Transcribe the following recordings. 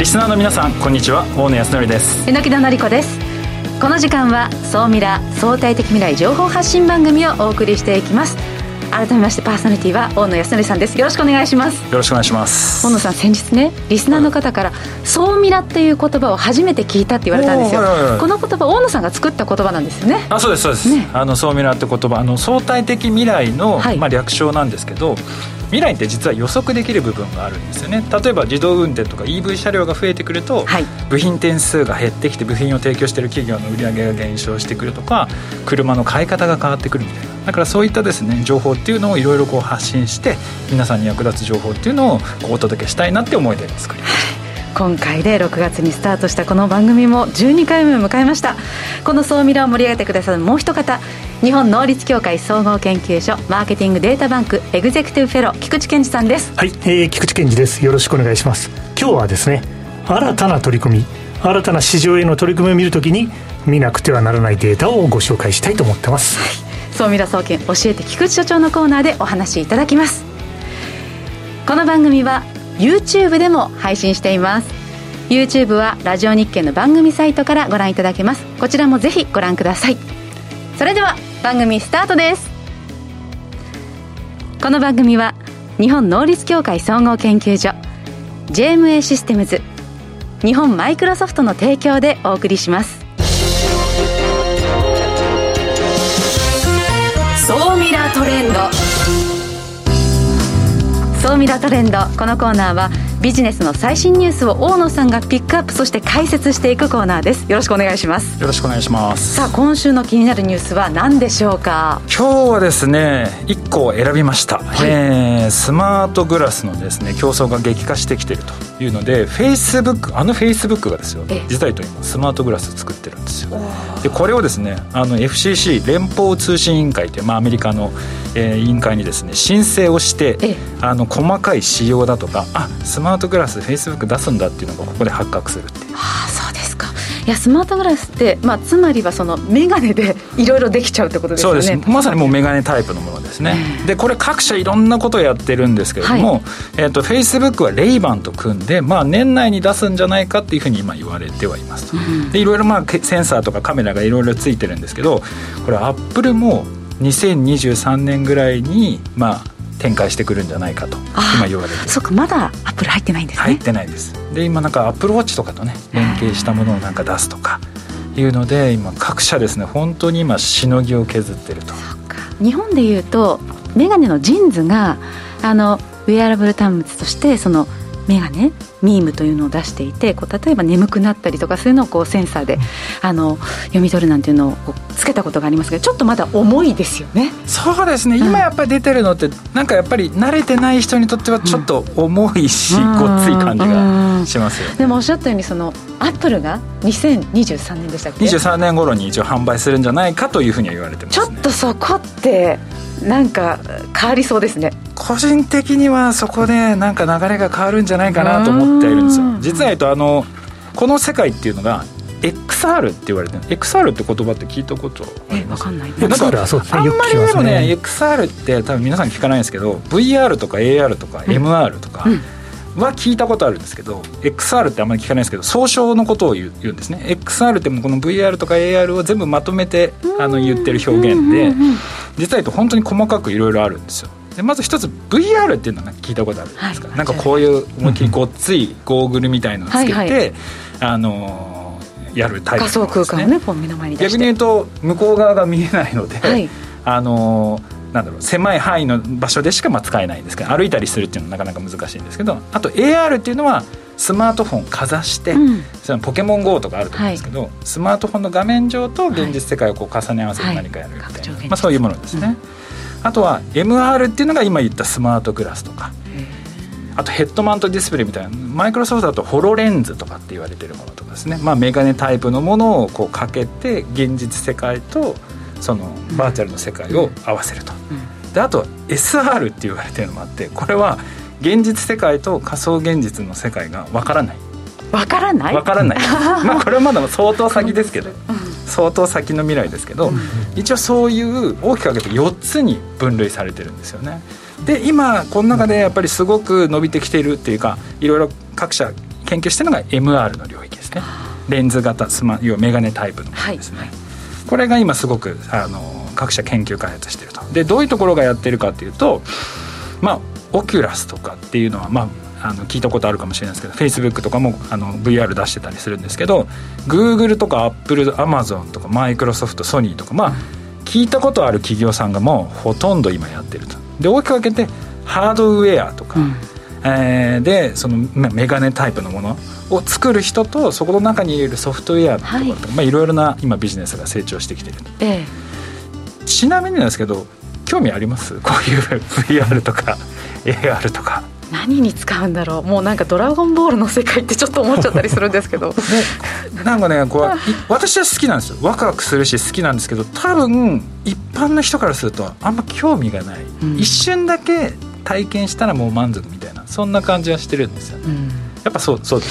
リスナーの皆さんこんにちは、大野康則です。 榎田成子です。この時間は総ミラ相対的未来情報発信番組をお送りしていきます。改めましてパーソナリティは大野康則さんです。よろしくお願いします。 よろしくお願いします。 大野さん、先日ね、リスナーの方から総ミラっていう言葉を初めて聞いたって言われたんですよ。この言葉、大野さんが作った言葉なんですよね。 そうですそうです、ね、総ミラって言葉、相対的未来の、略称なんですけど、未来って実は予測できる部分があるんですよね。例えば自動運転とか EV 車両が増えてくると、部品点数が減ってきて部品を提供している企業の売り上げが減少してくるとか、車の買い方が変わってくるみたいな。だからそういったですね、情報っていうのをいろいろ発信して皆さんに役立つ情報っていうのをお届けしたいなって思いで作りました。 今回で6月にスタートしたこの番組も12回目を迎えました。この総ミラを盛り上げてくださるもう一方、日本能率協会総合研究所マーケティングデータバンクエグゼクティブフェロー、菊池健二さんです。 はい、菊池健二です。よろしくお願いします。今日はですね、新たな取り組み、新たな市場への取り組みを見るときに見なくてはならないデータをご紹介したいと思ってます。 総ミラ総研教えて菊池所長のコーナーでお話しいただきます。この番組は YouTube でも配信しています。 YouTube はラジオ日経の番組サイトからご覧いただけます。こちらもぜひご覧ください。それでは番組スタートです。この番組は日本能率協会総合研究所 JMA システムズ、日本マイクロソフトの提供でお送りします。総ミラトレンド。総ミラトレンド、このコーナーはビジネスの最新ニュースを大野さんがピックアップ、そして解説していくコーナーです。よろしくお願いします。 よろしくお願いします。 さあ、今週の気になるニュースは何でしょうか。 今日はですね、1個選びました。スマートグラスのですね、競争が激化してきているというので、Facebook、Facebook がですよ、実は今スマートグラスを作ってるんですよ。でこれをですね、FCC 連邦通信委員会という、アメリカの、委員会にですね申請をして、細かい仕様だとか、スマートグラス Facebook 出すんだっていうのがここで発覚するっていう。 そうですか。いや、スマートグラスって、つまりはそのメガネでいろいろできちゃうってことですよね。 そうです、まさにもうメガネタイプのものですね。でこれ各社いろんなことをやってるんですけれども、Facebook はレイバンと組んで、年内に出すんじゃないかっていうふうに今言われてはいますと。でいろいろセンサーとかカメラがいろいろついてるんですけど、これアップルも2023年ぐらいに展開してくるんじゃないかと今言われてる。 そうか、まだアップル入ってないんですね。 入ってないです。で今アップルウォッチとかとね連携したものを出すとかいうので、今各社ですね、本当に今しのぎを削ってると。 そうか、日本でいうとメガネのジンズがウェアラブル端末としてそのメガネミームというのを出していて、例えば眠くなったりとかそういうのをセンサーで読み取るなんていうのをつけたことがありますが、ちょっとまだ重いですよね。 そうですね、今やっぱり出てるのってやっぱり慣れてない人にとってはちょっと重いし、ごっつい感じがしますよね。 でもおっしゃったようにアップルが2023年でしたっけ、 23年頃に一応販売するんじゃないかというふうには言われてますね。 ちょっとそこって変わりそうですね。 個人的にはそこで流れが変わるんじゃないかなと思っているんですよ。実はこの世界っていうのが XR って言われてる。 XR って言葉って聞いたことあります？ 分かんない。 XR はそうですね、 あんまりでもね、 よく聞きますね。 XR って多分皆さん聞かないんですけど、 VR とか AR とか MR とかは聞いたことあるんですけど、XR ってあんまり聞かないですけど、総称のことを言うんですね。 XR ってこの VR とか AR を全部まとめて言ってる表現で、実は本当に細かくいろいろあるんですよ。でまず一つ VR っていうのは聞いたことあるじゃないですか。こういう思いっきりごっついゴーグルみたいのをつけて、やるタイプの、ね、 仮想空間をね、目の前に出して、 逆に言うと向こう側が見えないので、狭い範囲の場所でしか使えないんですけど、歩いたりするっていうのはなかなか難しいんですけど、あと AR っていうのはスマートフォンかざして、そのポケモン GO とかあると思うんですけど、スマートフォンの画面上と現実世界を重ね合わせて何かやるみたいな、そういうものですね。あとは MR っていうのが今言ったスマートグラスとか、あとヘッドマウントディスプレイみたいな、マイクロソフトだとホロレンズとかって言われてるものとかですね、メガネタイプのものをかけて現実世界とそのバーチャルの世界を合わせると、であと SR って言われてるのもあって、これは現実世界と仮想現実の世界が分からない。 分からないこれはまだ相当先ですけど、相当先の未来ですけど、一応そういう大きく分けて4つに分類されてるんですよね。で今この中でやっぱりすごく伸びてきているっていうか、いろいろ各社研究しているのが MR の領域ですね。レンズ型要はメガネタイプのものですね、はい、これが今すごく各社研究開発していると。でどういうところがやってるかというと、オキュラスとかっていうのは、聞いたことあるかもしれないですけど Facebook とかもVR 出してたりするんですけど、 Google とか Apple、Amazon とか Microsoft、ソニーとか、聞いたことある企業さんがもうほとんど今やってると。で大きく分けてハードウェアとか、でそのメガネタイプのものを作る人と、そこの中に入れるソフトウェアとか、いろいろな今ビジネスが成長してきていると、ちなみになんですけど興味あります？こういう VR とか AR とか。 何に使うんだろう。もうなんかドラゴンボールの世界ってちょっと思っちゃったりするんですけどなんかね私は好きなんですよ。ワクワクするし好きなんですけど、多分一般の人からするとあんま興味がない、一瞬だけ体験したらもう満足みたいな、そんな感じはしてるんですよね、やっぱそうです。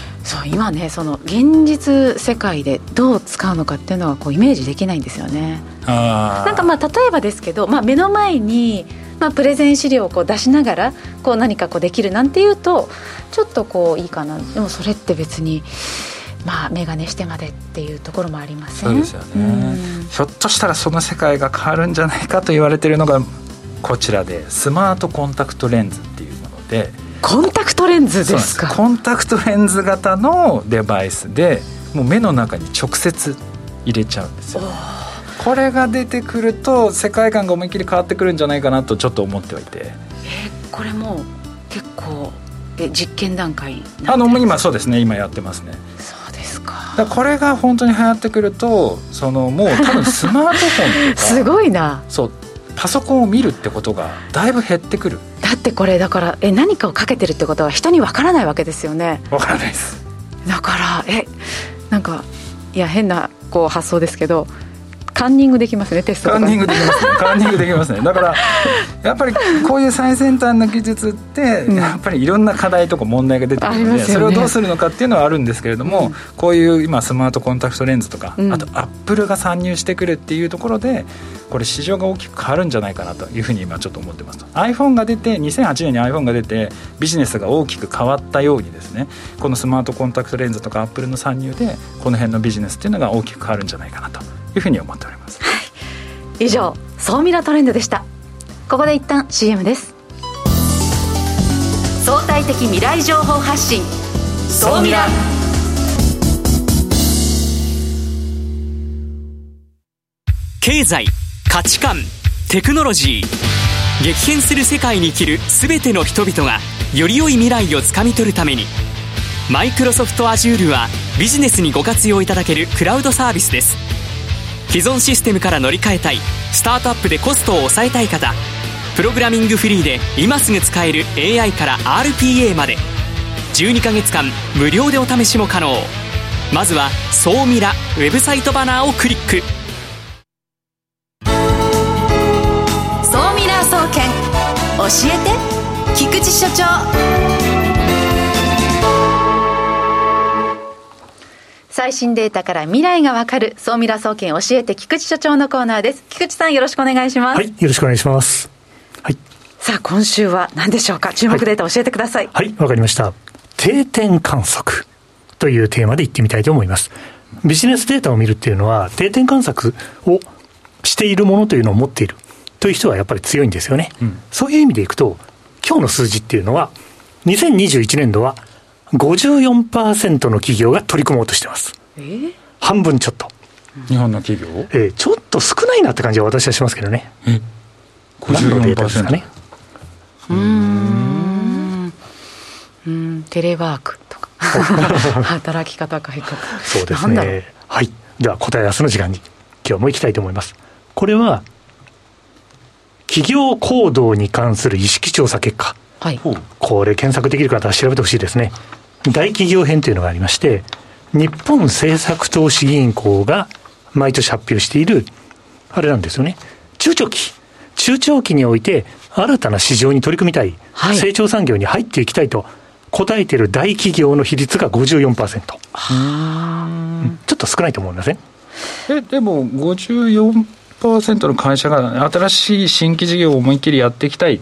そう今ね、その現実世界でどう使うのかっていうのはイメージできないんですよね。なんか例えばですけど、目の前にプレゼン資料を出しながら何かできるなんていうとちょっといいかな。でもそれって別にメガネしてまでっていうところもありません？ そうですよね、ひょっとしたらその世界が変わるんじゃないかと言われているのがこちらで、スマートコンタクトレンズっていうもので。 コンタクトレンズですか？ コンタクトレンズ型のデバイスで、もう目の中に直接入れちゃうんですよ。これが出てくると世界観が思いっきり変わってくるんじゃないかなとちょっと思ってはいて、 これも結構実験段階なんですか？ 今そうですね、今やってますね。 そうですか。 だからこれが本当に流行ってくると、もう多分スマートフォンとかすごいな。 そうパソコンを見るってことがだいぶ減ってくる。 だってこれだから何かをかけてるってことは人にわからないわけですよね。 わからないです。 だからなんか変な発想ですけど、カンニングできますね、テストとか。 カンニングできますね。だからやっぱりこういう最先端の技術ってやっぱりいろんな課題とか問題が出てくるので、それをどうするのかっていうのはあるんですけれども、こういう今スマートコンタクトレンズとか、あとアップルが参入してくるっていうところで、これ市場が大きく変わるんじゃないかなというふうに今ちょっと思ってますと。 iPhone が出て2008年に iPhone が出てビジネスが大きく変わったようにですね、このスマートコンタクトレンズとかアップルの参入でこの辺のビジネスっていうのが大きく変わるんじゃないかなというふうに思っております。 以上、総ミラトレンドでした。ここで一旦 CM です。相対的未来情報発信、総ミラ。 経済、価値観、テクノロジー、激変する世界に生きるすべての人々がより良い未来をつかみ取るために、マイクロソフト Azure はビジネスにご活用いただけるクラウドサービスです。既存システムから乗り換えたい、スタートアップでコストを抑えたい方、プログラミングフリーで今すぐ使える AI から RPA まで12ヶ月間無料でお試しも可能。まずは総ミラウェブサイトバナーをクリック。 総ミラ総研、教えて菊池所長。最新データから未来がわかる総ミラ総研、教えて菊池所長のコーナーです。菊池さん、よろしくお願いします。 はい、よろしくお願いします。はい、 さあ今週は何でしょうか。注目データ教えてください。 はい、わかりました。定点観測というテーマでいってみたいと思います。ビジネスデータを見るっていうのは、定点観測をしているものというのを持っているという人はやっぱり強いんですよね、そういう意味でいくと、今日の数字っていうのは2021年度は 54% の企業が取り組もうとしてます。半分ちょっと。 日本の企業、 ちょっと少ないなって感じは私はしますけどね。 54% 何のデータですかね。 テレワークとか働き方改革。 そうですね。はい、では答え合わせの時間に今日も行きたいと思います。これは企業行動に関する意識調査結果、はい、これ検索できる方は調べてほしいですね。大企業編というのがありまして、日本政策投資銀行が毎年発表しているあれなんですよね。中長期において新たな市場に取り組みたい、はい、成長産業に入っていきたいと答えている大企業の比率が 54%。 ちょっと少ないと思いません？ でも 54% の会社が新しい新規事業を思いっきりやっていきたいっ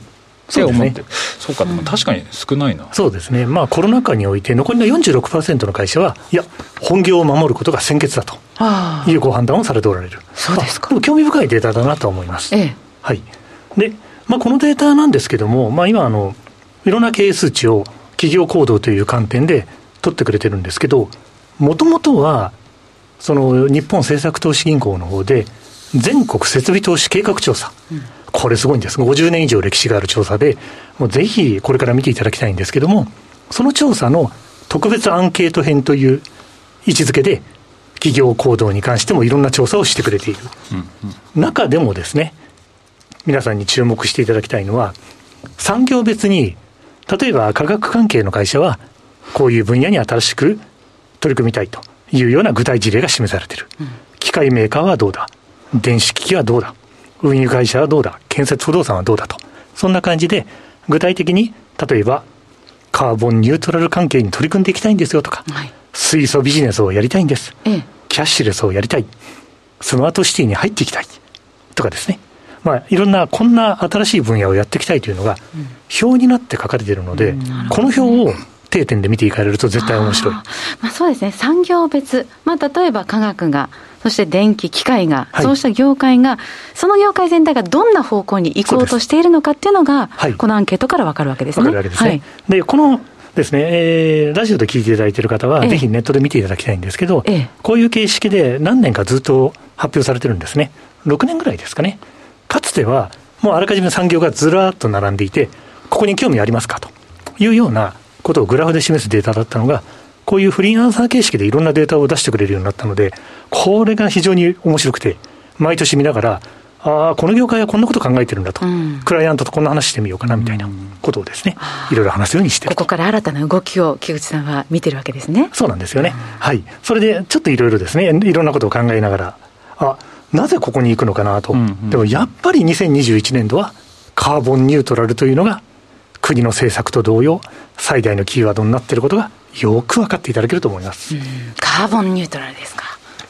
って思って、そうか、でも確かに少ないな。 そうですね、まあ、コロナ禍において残りの 46% の会社はいや本業を守ることが先決だというご判断をされておられる。 そうですか。 でも興味深いデータだなと思います、 ええ、 はい。で、まあ、このデータなんですけども、まあ、今いろんな経営数値を企業行動という観点で取ってくれてるんですけど、もともとはその日本政策投資銀行の方で全国設備投資計画調査、これすごいんです。50年以上歴史がある調査で、もうぜひこれから見ていただきたいんですけども、その調査の特別アンケート編という位置づけで企業行動に関してもいろんな調査をしてくれている、中でもですね、皆さんに注目していただきたいのは、産業別に例えば化学関係の会社はこういう分野に新しく取り組みたいというような具体事例が示されている、機械メーカーはどうだ、電子機器はどうだ、運輸会社はどうだ、建設不動産はどうだと、そんな感じで具体的に例えばカーボンニュートラル関係に取り組んでいきたいんですよとか、はい、水素ビジネスをやりたいんです、キャッシュレスをやりたい、スマートシティに入っていきたいとかですね、まあ、いろんなこんな新しい分野をやっていきたいというのが表になって書かれているので、この表を定点で見ていかれると絶対面白い。 まあ、そうですね、産業別、まあ、例えば科学が、そして電気機械が、はい、そうした業界が、その業界全体がどんな方向に行こうとしているのかっていうのが、はい、このアンケートから分かるわけですね。 分かるわけですね、はい、でこのですね、ラジオで聞いていただいている方は、ぜひネットで見ていただきたいんですけど、こういう形式で何年かずっと発表されてるんですね。6年ぐらいですかね。かつてはもうあらかじめ産業がずらーっと並んでいて、ここに興味ありますかというようなことをグラフで示すデータだったのが、こういうフリーアンサー形式でいろんなデータを出してくれるようになったので、これが非常に面白くて、毎年見ながら、ああこの業界はこんなこと考えてるんだと、クライアントとこんな話してみようかなみたいなことをですね、いろいろ話すようにしてると。 ここから新たな動きを木口さんは見てるわけですね。 そうなんですよね、はい。それでちょっといろいろですね、いろんなことを考えながら、なぜここに行くのかなと、でもやっぱり2021年度はカーボンニュートラルというのが国の政策と同様最大のキーワードになっていることがよく分かっていただけると思います。 カーボンニュートラルですか、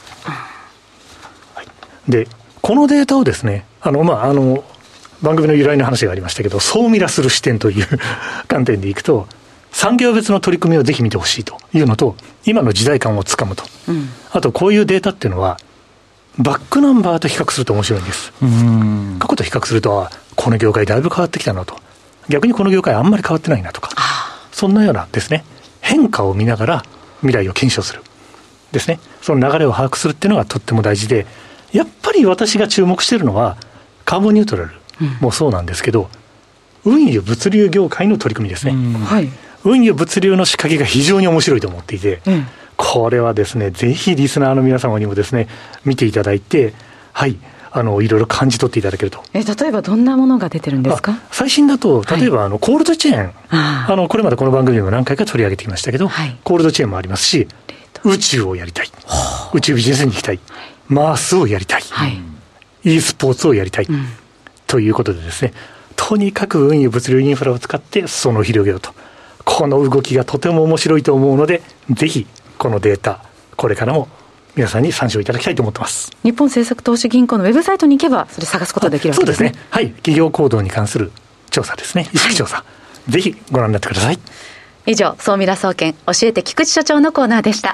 はい。でこのデータをですね、番組の由来の話がありましたけど、総ミラする視点という観点でいくと、産業別の取り組みをぜひ見てほしいというのと、今の時代感をつかむと、あとこういうデータっていうのはバックナンバーと比較すると面白いんです。過去と比較すると、この業界だいぶ変わってきたなと、逆にこの業界あんまり変わってないなとか、そんなようなですね、変化を見ながら未来を検証するですね、その流れを把握するっていうのがとっても大事で、やっぱり私が注目しているのはカーボンニュートラルもそうなんですけど、運輸物流業界の取り組みですね、運輸物流の仕掛けが非常に面白いと思っていて、これはですね、ぜひリスナーの皆様にもですね、見ていただいて、はい、いろいろ感じ取っていただけると。 例えばどんなものが出てるんですか？ 最新だと、例えばコールドチェーン、これまでこの番組でも何回か取り上げてきましたけど、コールドチェーンもありますし、宇宙をやりたい、宇宙ビジネスに行きたい、マースをやりたい、e スポーツをやりたい、ということでですね、とにかく運輸物流インフラを使って裾野を広げようと、この動きがとても面白いと思うので、ぜひこのデータ、これからも皆さんに参照いただきたいと思ってます。 日本政策投資銀行のウェブサイトに行けばそれ探すことができるわけですね。 そうですね、はい、企業行動に関する調査ですね、意識調査、ぜひご覧になってください。 以上、総ミラ総研教えて菊池所長のコーナーでした。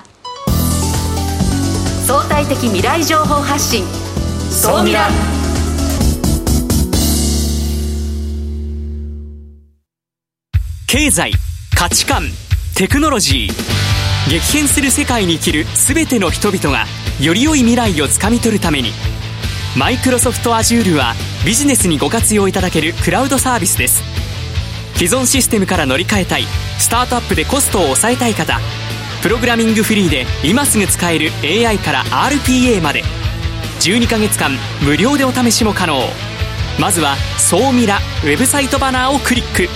相対的未来情報発信、総ミラ。 経済、価値観、テクノロジー、激変する世界に生きるすべての人々がより良い未来をつかみ取るために、マイクロソフト Azure はビジネスにご活用いただけるクラウドサービスです。既存システムから乗り換えたい、スタートアップでコストを抑えたい方、プログラミングフリーで今すぐ使える AI から RPA まで12ヶ月間無料でお試しも可能。まずは総ミラウェブサイトバナーをクリック。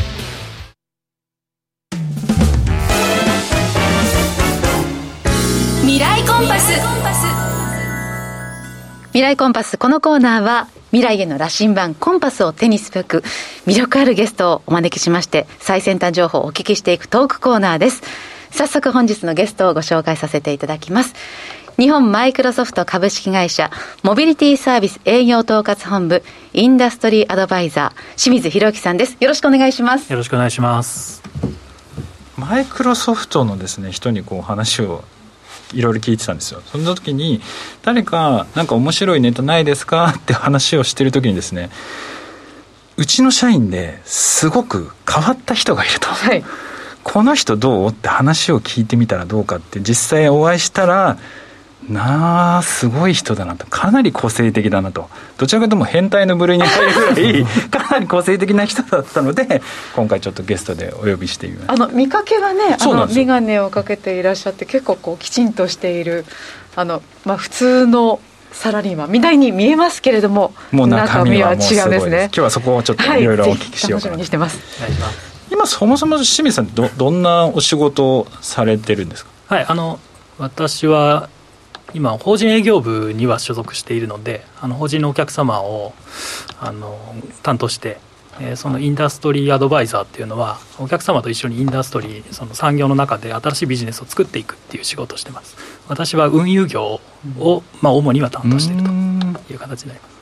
未来コンパス。未来コンパス、このコーナーは未来への羅針盤コンパスを手にすべく魅力あるゲストをお招きしまして、最先端情報をお聞きしていくトークコーナーです。早速本日のゲストをご紹介させていただきます。 日本マイクロソフト株式会社モビリティサービス営業統括本部インダストリーアドバイザー清水宏樹さんです。よろしくお願いします。 よろしくお願いします。 マイクロソフトのですね、人にこう話をいろいろ聞いてたんですよ。その時に誰かなんか面白いネタないですかって話をしてる時にですね、うちの社員ですごく変わった人がいると、はい、この人どうって話を聞いてみたらどうかって実際お会いしたらすごい人だなと、かなり個性的だなと、どちらかというと変態の部類に入るぐらいかなり個性的な人だったので今回ちょっとゲストでお呼びしています。 見かけはね、眼鏡をかけていらっしゃって結構こうきちんとしている普通のサラリーマンみたいに見えますけれども、 もう中身はもうすごいです。今日はそこをちょっといろいろお聞きしようかなと、 楽しみにしてます。 お願いします。 今そもそも清水さんどんなお仕事をされてるんですか？ はい、私は今法人営業部には所属しているので、法人のお客様を担当して、そのインダストリーアドバイザーっていうのはお客様と一緒にインダストリー、その産業の中で新しいビジネスを作っていくっていう仕事をしてます。私は運輸業を、主には担当しているという形になります。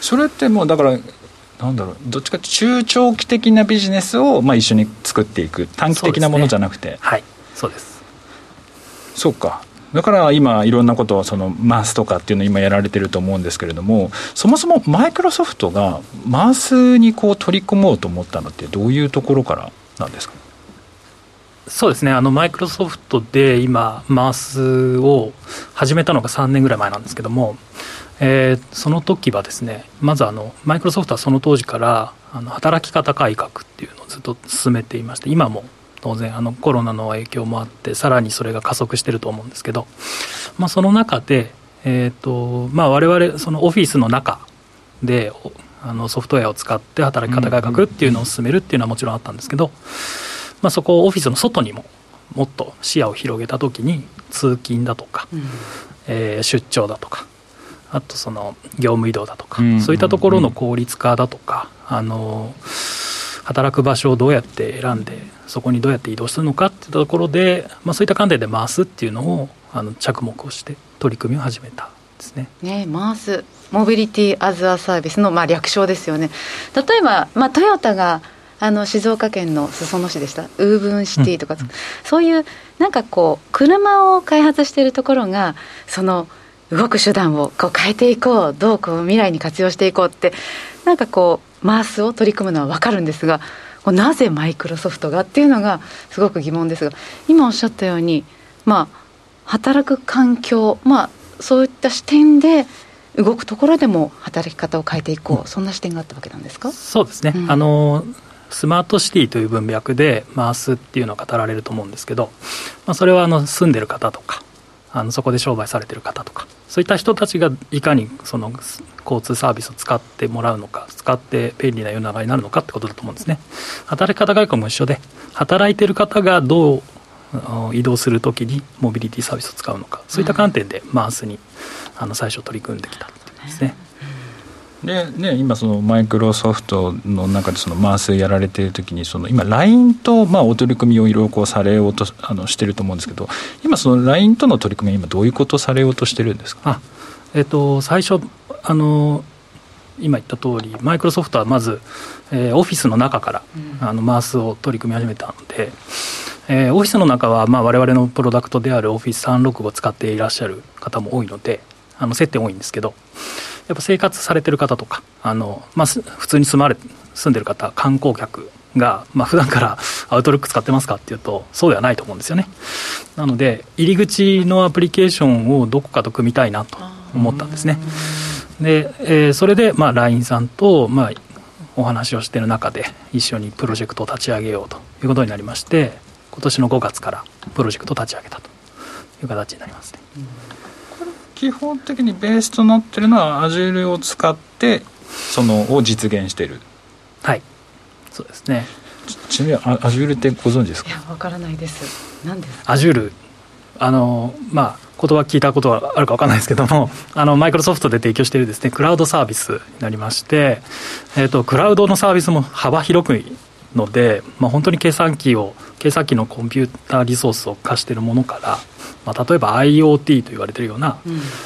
それってもうだからどっちかというと中長期的なビジネスを一緒に作っていく、短期的なものじゃなくて。 はい、そうです。 そうか。だから今いろんなことをマースとかっていうのを今やられてると思うんですけれども、そもそもマイクロソフトがマースにこう取り込もうと思ったのってどういうところからなんですか？ そうですね、マイクロソフトで今マースを始めたのが3年ぐらい前なんですけども、その時はですね、まずマイクロソフトはその当時から働き方改革っていうのをずっと進めていまして、今も当然コロナの影響もあってさらにそれが加速してると思うんですけど、その中で、我々そのオフィスの中でソフトウェアを使って働き方改革っていうのを進めるっていうのはもちろんあったんですけど、そこをオフィスの外にももっと視野を広げたときに通勤だとか、出張だとか、あとその業務移動だとか、そういったところの効率化だとか、働く場所をどうやって選んでそこにどうやって移動するのかっていうところで、そういった観点で回すっていうのを着目をして取り組みを始めたんですね。 回すモビリティアズアサービスの略称ですよね。例えば、トヨタが静岡県の裾野市でしたウーブンシティとか、そういうなんかこう車を開発しているところがその動く手段をこう変えていこう、どうこう未来に活用していこうってなんかこうマースを取り組むのは分かるんですが、なぜマイクロソフトがっていうのがすごく疑問ですが、今おっしゃったように、働く環境、そういった視点で動くところでも働き方を変えていこう、そんな視点があったわけなんですか？ そうですね、スマートシティという文脈でマースっていうのを語られると思うんですけど、それは住んでる方とかそこで商売されてる方とか、そういった人たちがいかにその交通サービスを使ってもらうのか、使って便利な世の中になるのかってことだと思うんですね。働き方改革も一緒で、働いてる方がどう移動するときにモビリティサービスを使うのか、そういった観点でマースに最初取り組んできたんですね。 でね、今そのマイクロソフトの中でそのマースやられているときに今 LINE とお取り組みをいろいろされようとしてると思うんですけど、今その LINE との取り組みは今どういうことをされようとしてるんですか？ 最初今言った通りマイクロソフトはまず、オフィスの中からマースを取り組み始めたので、オフィスの中は我々のプロダクトである Office365 を使っていらっしゃる方も多いので接点多いんですけど、やっぱ生活されてる方とか普通に住んでる方、観光客が、普段からアウトロック使ってますかっていうとそうではないと思うんですよね。なので入り口のアプリケーションをどこかと組みたいなと思ったんですね。で、それでLINE さんとお話をしている中で一緒にプロジェクトを立ち上げようということになりまして、今年の5月からプロジェクトを立ち上げたという形になりますね。 基本的にベースとなっているのは Azure を使ってを実現している。 はい、そうですね。 ちなみに Azure ってご存知ですか？ いや、わからないです。何ですか？ Azure、言葉聞いたことはあるか分からないですけども、マイクロソフトで提供しているですね、クラウドサービスになりまして、クラウドのサービスも幅広くので、本当に計算機を計算機のコンピューターリソースを貸しているものから、例えば IoT と言われているような、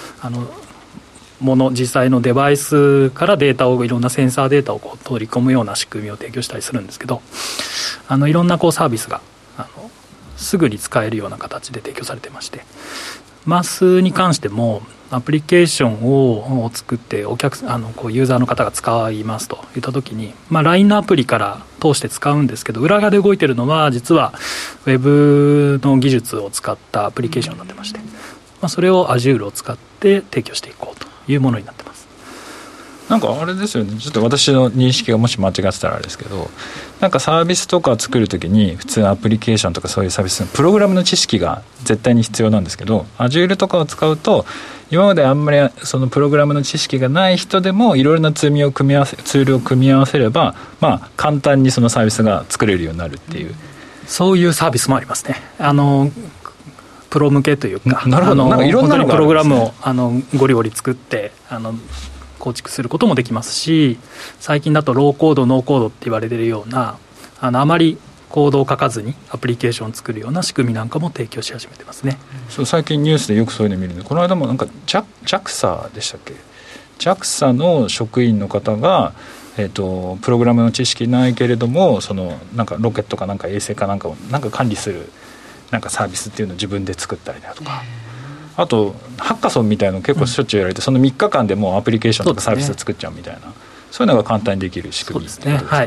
実際のデバイスからデータをいろんなセンサーデータを取り込むような仕組みを提供したりするんですけど、いろんなサービスがすぐに使えるような形で提供されてまして、マスに関してもアプリケーションを作ってユーザーの方が使いますといったときに、LINE のアプリから通して使うんですけど、裏側で動いているのは実はウェブの技術を使ったアプリケーションになってまして、それを Azure を使って提供していこうというものになってます。 なんかあれですよね、ちょっと私の認識がもし間違ってたらあれですけど、なんかサービスとか作るときに普通アプリケーションとかそういうサービスのプログラムの知識が絶対に必要なんですけど、 Azure とかを使うと今まであんまりそのプログラムの知識がない人でもいろいろなツールを組み合わせれば、簡単にそのサービスが作れるようになるっていう、 そういうサービスもありますね。プロ向けというか、 なるほど、なんかいろんなのがあるんですね。 本当にプログラムをゴリゴリ作って構築することもできますし、最近だとローコードノーコードって言われているようなあまりコードを書かずにアプリケーションを作るような仕組みなんかも提供し始めてますね。 そう、最近ニュースでよくそういうの見るんで、この間もなんか JAXA でしたっけ、 JAXA の職員の方が、プログラムの知識ないけれどもなんかロケットかなんか衛星かなんかをなんか管理するなんかサービスっていうのを自分で作ったりだとか、あとハッカソンみたいなの結構しょっちゅうやられて、その3日間でもうアプリケーションとかサービスを作っちゃうみたいな、そういうのが簡単にできる仕組みってことですね。はい、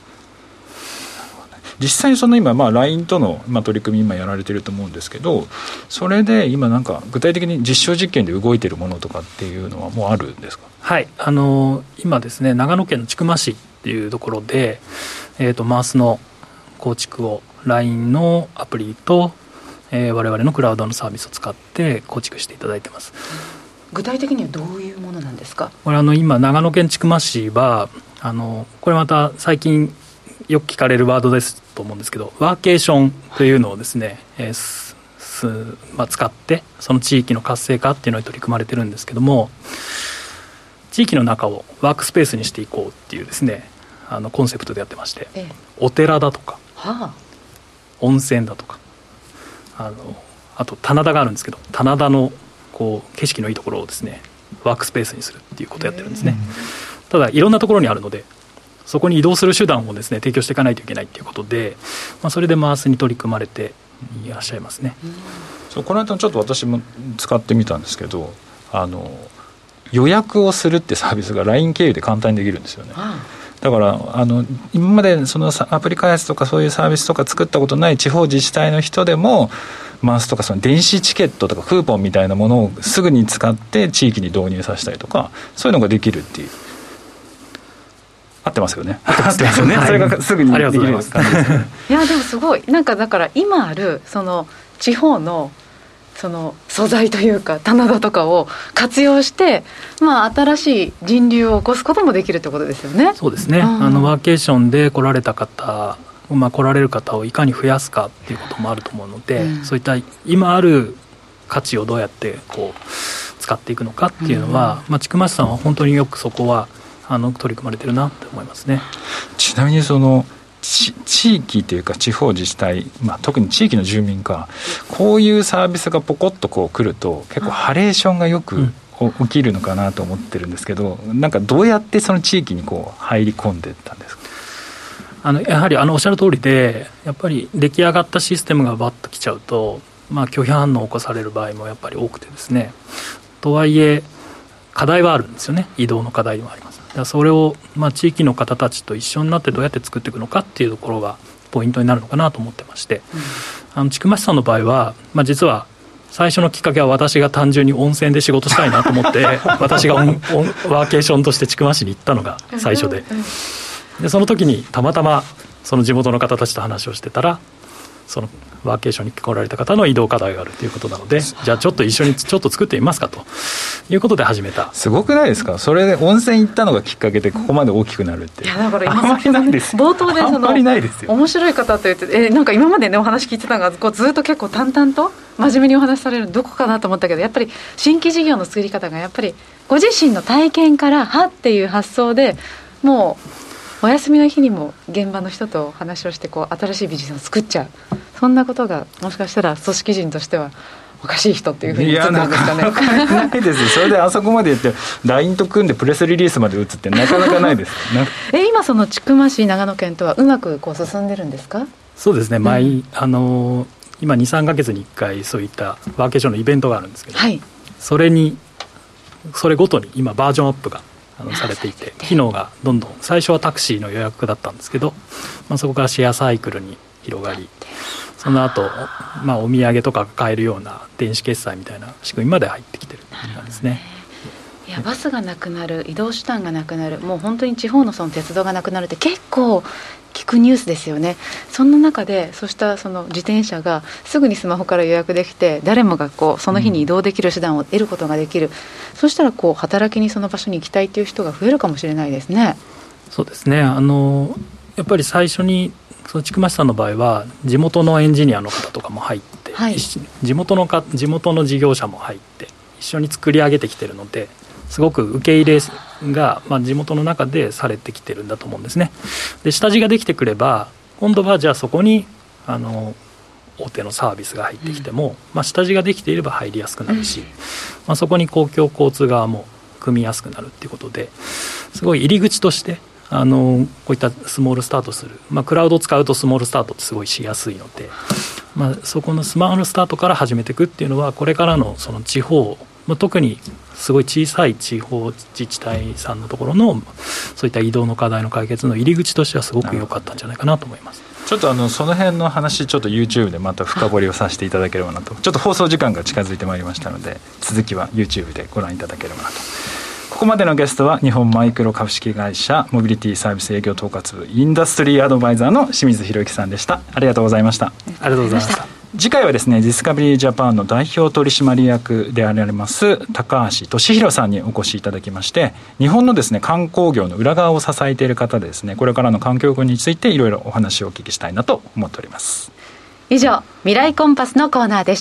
実際に今、LINE との取り組み今やられてると思うんですけど、それで今なんか具体的に実証実験で動いてるものとかっていうのはもうあるんですか？ はい、今ですね、長野県の千曲市っていうところで、マースの構築を LINE のアプリと我々のクラウドのサービスを使って構築していただいてます。 具体的にはどういうものなんですか？ これ今長野県千曲市はこれまた最近よく聞かれるワードですと思うんですけど、ワーケーションというのをですね、使ってその地域の活性化っていうのに取り組まれてるんですけども、地域の中をワークスペースにしていこうっていうですねコンセプトでやってまして、お寺だとか、温泉だとかあと棚田があるんですけど、棚田の景色のいいところをですねワークスペースにするっていうことをやってるんですね。ただいろんなところにあるのでそこに移動する手段をですね提供していかないといけないということで、それでマースに取り組まれていらっしゃいますね。 そう、この間ちょっと私も使ってみたんですけど、予約をするってサービスが LINE 経由で簡単にできるんですよね。だから今までそのアプリ開発とかそういうサービスとか作ったことない地方自治体の人でもマースとかその電子チケットとかクーポンみたいなものをすぐに使って地域に導入させたりとか、そういうのができるっていう。合ってますよね。合ってますよね。それがすぐにできる感じですね。 いやでもすごいなんかだから今あるその地方のその素材というか棚田とかを活用して、新しい人流を起こすこともできるってことですよね。 そうですね。ワーケーションで来られた方、来られる方をいかに増やすかっていうこともあると思うので、そういった今ある価値をどうやって使っていくのかっていうのは、千曲市さんは本当によくそこは取り組まれてるなと思いますね。 ちなみに地域というか地方自治体、特に地域の住民か、こういうサービスがポコッと来ると結構ハレーションがよく起きるのかなと思ってるんですけど、なんかどうやってその地域に入り込んでいったんですか？ やはりおっしゃる通りで、やっぱり出来上がったシステムがバッと来ちゃうと、拒否反応を起こされる場合もやっぱり多くてですね、とはいえ課題はあるんですよね。移動の課題もあります。だからそれを地域の方たちと一緒になってどうやって作っていくのかっていうところがポイントになるのかなと思ってまして、千曲市さんの場合は、実は最初のきっかけは私が単純に温泉で仕事したいなと思って私がワーケーションとして千曲市に行ったのが最初で、その時にたまたまその地元の方たちと話をしてたら、そのワーケーションに来られた方の移動課題があるということなので、じゃあちょっと一緒にちょっと作ってみますかということで始めた。 すごくないですか？それで温泉行ったのがきっかけでここまで大きくなるって。 いやだからあんまりないですよ。 冒頭であんまりないですよ。 面白い方と言ってなんか今までねお話聞いてたのがずっと結構淡々と真面目にお話しされるどこかなと思ったけど、やっぱり新規事業の作り方がやっぱりご自身の体験からはっていう発想でもうお休みの日にも現場の人と話をして新しいビジネスを作っちゃう、そんなことがもしかしたら組織人としてはおかしい人っていうふうに映ってるんですかね。 いやなかなかないですよ。それであそこまで言って LINE と組んでプレスリリースまで打つってなかなかないですね。 今その千曲市長野県とはうまく進んでるんですか？ そうですね、今 2,3 ヶ月に1回そういったワーケーションのイベントがあるんですけど、はい、それごとに今バージョンアップがされていて、機能がどんどん、最初はタクシーの予約だったんですけど、そこからシェアサイクルに広がり、その後、お土産とか買えるような電子決済みたいな仕組みまで入ってきてる感じなんですね。 いや、バスがなくなる、移動手段がなくなる、もう本当に地方のその鉄道がなくなるって結構聞くニュースですよね。そんな中でそうしたその自転車がすぐにスマホから予約できて、誰もがその日に移動できる手段を得ることができる、そしたら働きにその場所に行きたいという人が増えるかもしれないですね。 そうですね、やっぱり最初にその千曲市さんの場合は地元のエンジニアの方とかも入って、はい、地元の事業者も入って一緒に作り上げてきているので、すごく受け入れが、地元の中でされてきてるんだと思うんですね。で、下地ができてくれば、今度はじゃあそこに大手のサービスが入ってきても、下地ができていれば入りやすくなるし、そこに公共交通側も組みやすくなるっていうことで、すごい入り口としてこういったスモールスタートする、クラウドを使うとスモールスタートってすごいしやすいので、そこのスマールスタートから始めていくっていうのは、これからのその地方、特にすごい小さい地方自治体さんのところのそういった移動の課題の解決の入り口としてはすごく良かったんじゃないかなと思います。 ちょっとその辺の話、ちょっと YouTube でまた深掘りをさせていただければなと。ちょっと放送時間が近づいてまいりましたので、続きは YouTube でご覧いただければなと。ここまでのゲストは日本マイクロ株式会社モビリティサービス営業統括部インダストリーアドバイザーの清水博之さんでした。ありがとうございました。 ありがとうございました。 次回はですね、ディスカバリージャパンの代表取締役であられます高橋俊弘さんにお越しいただきまして、日本のですね観光業の裏側を支えている方でですね、これからの環境についていろいろお話をお聞きしたいなと思っております。 以上、未来コンパスのコーナーでした。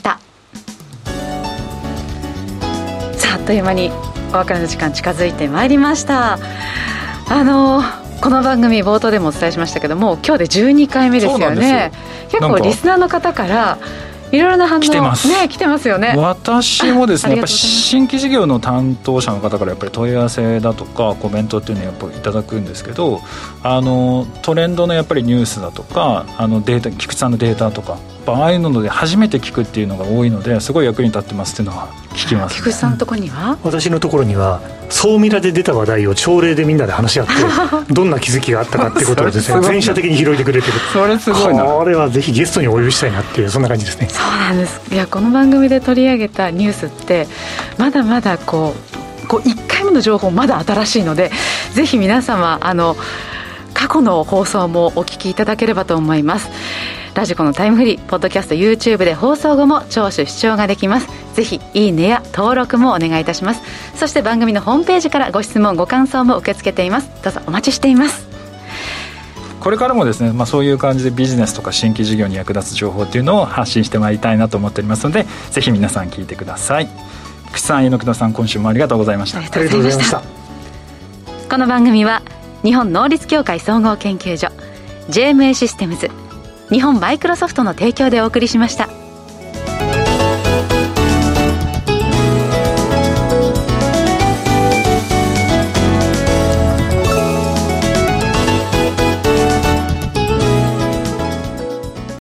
さあ、あっという間にお別れの時間近づいてまいりました。この番組冒頭でもお伝えしましたけども、今日で12回目ですよね。結構リスナーの方からいろいろな反応来てますよね。 私もですね、やっぱり新規事業の担当者の方からやっぱり問い合わせだとかコメントっていうのをやっぱりいただくんですけど、トレンドのやっぱりニュースだとかデータ、菊池さんのデータとかああいうので初めて聞くっていうのが多いので、すごい役に立ってますっていうのは聞きます、ね。 菊池さんのところには、 私のところには総ミラで出た話題を朝礼でみんなで話し合ってどんな気づきがあったかってことをですね全社的に広げてくれてる。 それすごいな。 これはぜひゲストにお呼びしたいなっていう、そんな感じですね。 そうなんです。いや、この番組で取り上げたニュースってまだまだ1回目の情報まだ新しいので、ぜひ皆様過去の放送もお聞きいただければと思います。ラジコのタイムフリー、ポッドキャスト、 YouTube で放送後も聴取視聴ができます。ぜひいいねや登録もお願いいたします。そして番組のホームページからご質問ご感想も受け付けています。どうぞお待ちしています。 これからもですね、そういう感じでビジネスとか新規事業に役立つ情報っていうのを発信してまいりたいなと思っておりますので、ぜひ皆さん聞いてください。菊池さん、榎田さん、今週もありがとうございました。 ありがとうございました。この番組は日本能率協会総合研究所、 JMA システムズ、日本マイクロソフトの提供でお送りしました。